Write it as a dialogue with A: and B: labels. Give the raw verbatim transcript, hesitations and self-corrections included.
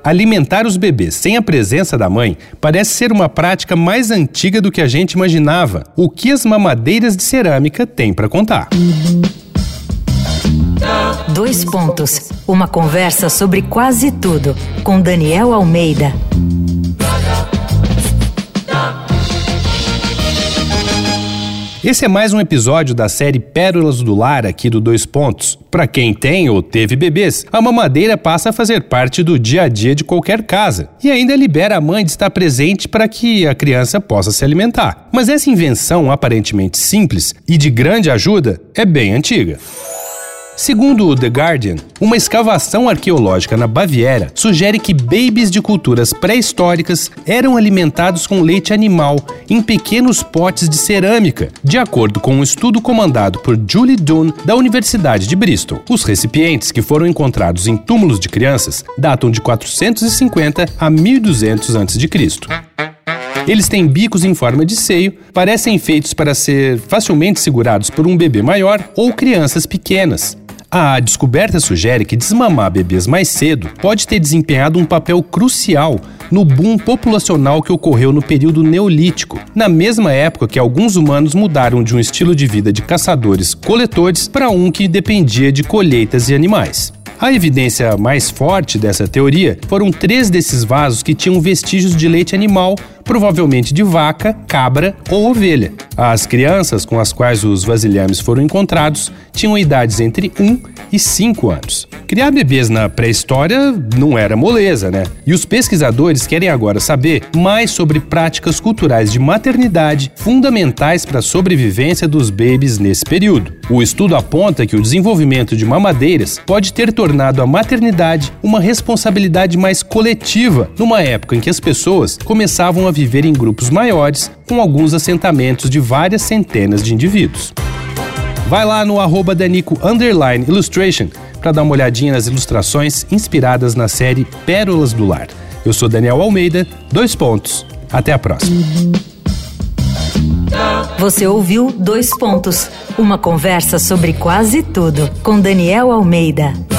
A: Alimentar os bebês sem a presença da mãe parece ser uma prática mais antiga do que a gente imaginava. O que as mamadeiras de cerâmica têm para contar?
B: Dois pontos. Uma conversa sobre quase tudo com Daniel Almeida.
A: Esse é mais um episódio da série Pérolas do Lar aqui do Dois Pontos. Para quem tem ou teve bebês, a mamadeira passa a fazer parte do dia a dia de qualquer casa e ainda libera a mãe de estar presente para que a criança possa se alimentar. Mas essa invenção aparentemente simples e de grande ajuda é bem antiga. Segundo o The Guardian, uma escavação arqueológica na Baviera sugere que babies de culturas pré-históricas eram alimentados com leite animal em pequenos potes de cerâmica, de acordo com um estudo comandado por Julie Dunn, da Universidade de Bristol. Os recipientes, que foram encontrados em túmulos de crianças, datam de quatrocentos e cinquenta a mil e duzentos antes de Cristo. Eles têm bicos em forma de seio, parecem feitos para ser facilmente segurados por um bebê maior ou crianças pequenas. A descoberta sugere que desmamar bebês mais cedo pode ter desempenhado um papel crucial no boom populacional que ocorreu no período Neolítico, na mesma época que alguns humanos mudaram de um estilo de vida de caçadores-coletores para um que dependia de colheitas e animais. A evidência mais forte dessa teoria foram três desses vasos que tinham vestígios de leite animal, provavelmente de vaca, cabra ou ovelha. As crianças com as quais os vasilhames foram encontrados tinham idades entre um e cinco anos. Criar bebês na pré-história não era moleza, né? E os pesquisadores querem agora saber mais sobre práticas culturais de maternidade fundamentais para a sobrevivência dos babies nesse período. O estudo aponta que o desenvolvimento de mamadeiras pode ter tornado a maternidade uma responsabilidade mais coletiva, numa época em que as pessoas começavam a viver em grupos maiores, com alguns assentamentos de várias centenas de indivíduos. Vai lá no arroba Danico underline illustration para dar uma olhadinha nas ilustrações inspiradas na série Pérolas do Lar. Eu sou Daniel Almeida, dois pontos. Até a próxima.
B: Você ouviu Dois Pontos, uma conversa sobre quase tudo com Daniel Almeida.